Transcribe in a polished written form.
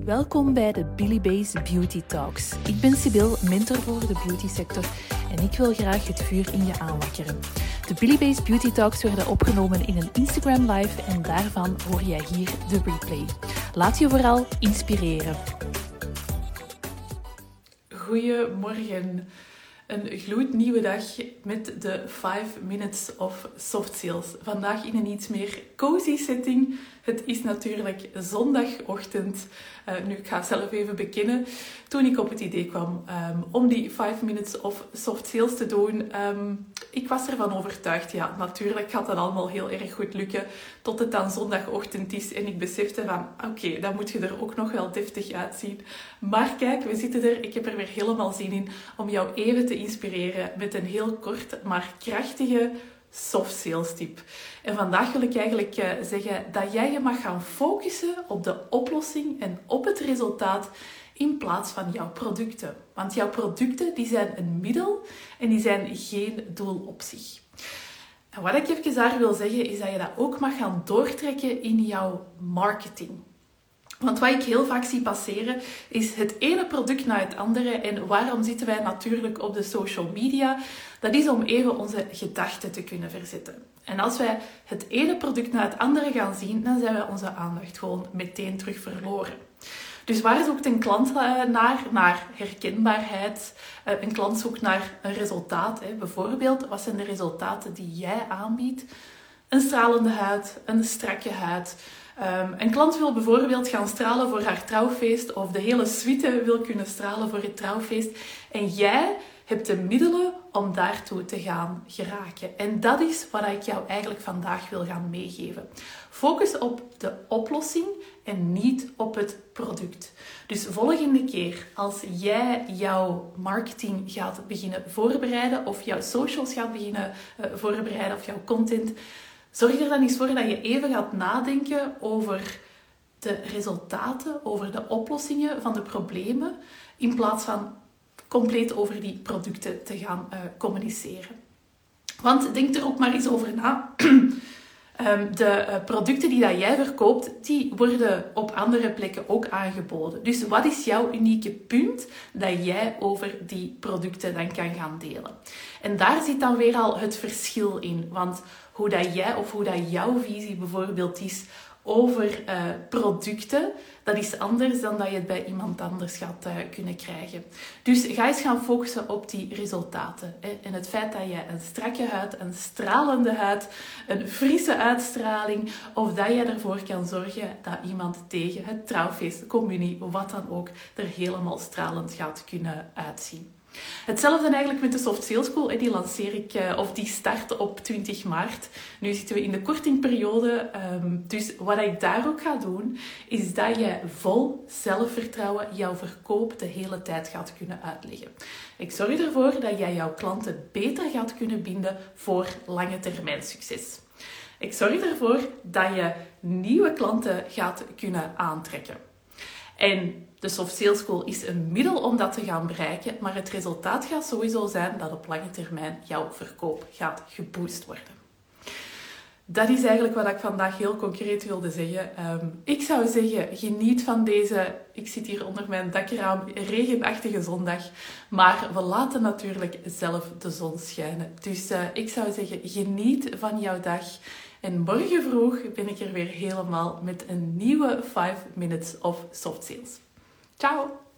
Welkom bij de Billy Base Beauty Talks. Ik ben Sibyl, mentor voor de beauty sector en ik wil graag het vuur in je aanwakkeren. De Billy Base Beauty Talks werden opgenomen in een Instagram live en daarvan hoor jij hier de replay. Laat je vooral inspireren. Goedemorgen. Een gloednieuwe dag met de 5 Minutes of Soft Sales. Vandaag in een iets meer cozy setting. Het is natuurlijk zondagochtend. Nu, ik ga zelf even bekennen. Toen ik op het idee kwam om die 5 Minutes of Soft Sales te doen, ik was ervan overtuigd. Ja, natuurlijk gaat dat allemaal heel erg goed lukken. Tot het dan zondagochtend is en ik besefte van, oké, dan moet je er ook nog wel deftig uitzien. Maar kijk, we zitten er. Ik heb er weer helemaal zin in om jou even te inspireren met een heel kort, maar krachtige soft sales tip. En vandaag wil ik eigenlijk zeggen dat jij je mag gaan focussen op de oplossing en op het resultaat in plaats van jouw producten. Want jouw producten die zijn een middel en die zijn geen doel op zich. En wat ik even daar wil zeggen is dat je dat ook mag gaan doortrekken in jouw marketing. Want wat ik heel vaak zie passeren, is het ene product na het andere. En waarom zitten wij natuurlijk op de social media? Dat is om even onze gedachten te kunnen verzetten. En als wij het ene product na het andere gaan zien, dan zijn wij onze aandacht gewoon meteen terug verloren. Dus waar zoekt een klant naar? Naar herkenbaarheid. Een klant zoekt naar een resultaat. Bijvoorbeeld, wat zijn de resultaten die jij aanbiedt? Een stralende huid, een strakke huid. Een klant wil bijvoorbeeld gaan stralen voor haar trouwfeest of de hele suite wil kunnen stralen voor het trouwfeest. En jij hebt de middelen om daartoe te gaan geraken. En dat is wat ik jou eigenlijk vandaag wil gaan meegeven. Focus op de oplossing en niet op het product. Dus volgende keer als jij jouw marketing gaat beginnen voorbereiden of jouw socials gaat beginnen voorbereiden of jouw content, zorg er dan eens voor dat je even gaat nadenken over de resultaten, over de oplossingen van de problemen, in plaats van compleet over die producten te gaan communiceren. Want denk er ook maar eens over na. De producten die dat jij verkoopt, die worden op andere plekken ook aangeboden. Dus wat is jouw unieke punt dat jij over die producten dan kan gaan delen? En daar zit dan weer al het verschil in. Want hoe dat jij of hoe dat jouw visie bijvoorbeeld is over producten, dat is anders dan dat je het bij iemand anders gaat kunnen krijgen. Dus ga eens gaan focussen op die resultaten. En het feit dat je een strakke huid, een stralende huid, een frisse uitstraling, of dat je ervoor kan zorgen dat iemand tegen het trouwfeest, de communie, wat dan ook, er helemaal stralend gaat kunnen uitzien. Hetzelfde eigenlijk met de Soft Sales School. Die lanceer ik, of die start op 20 maart. Nu zitten we in de kortingperiode. Dus wat ik daar ook ga doen, is dat je vol zelfvertrouwen jouw verkoop de hele tijd gaat kunnen uitleggen. Ik zorg ervoor dat jij jouw klanten beter gaat kunnen binden voor lange termijn succes. Ik zorg ervoor dat je nieuwe klanten gaat kunnen aantrekken. En de Soft Sales School is een middel om dat te gaan bereiken, maar het resultaat gaat sowieso zijn dat op lange termijn jouw verkoop gaat geboost worden. Dat is eigenlijk wat ik vandaag heel concreet wilde zeggen. Ik zou zeggen, geniet van deze, ik zit hier onder mijn dakraam, regenachtige zondag. Maar we laten natuurlijk zelf de zon schijnen. Dus ik zou zeggen, geniet van jouw dag. En morgen vroeg ben ik er weer helemaal met een nieuwe 5 Minutes of Soft Sales. Ciao!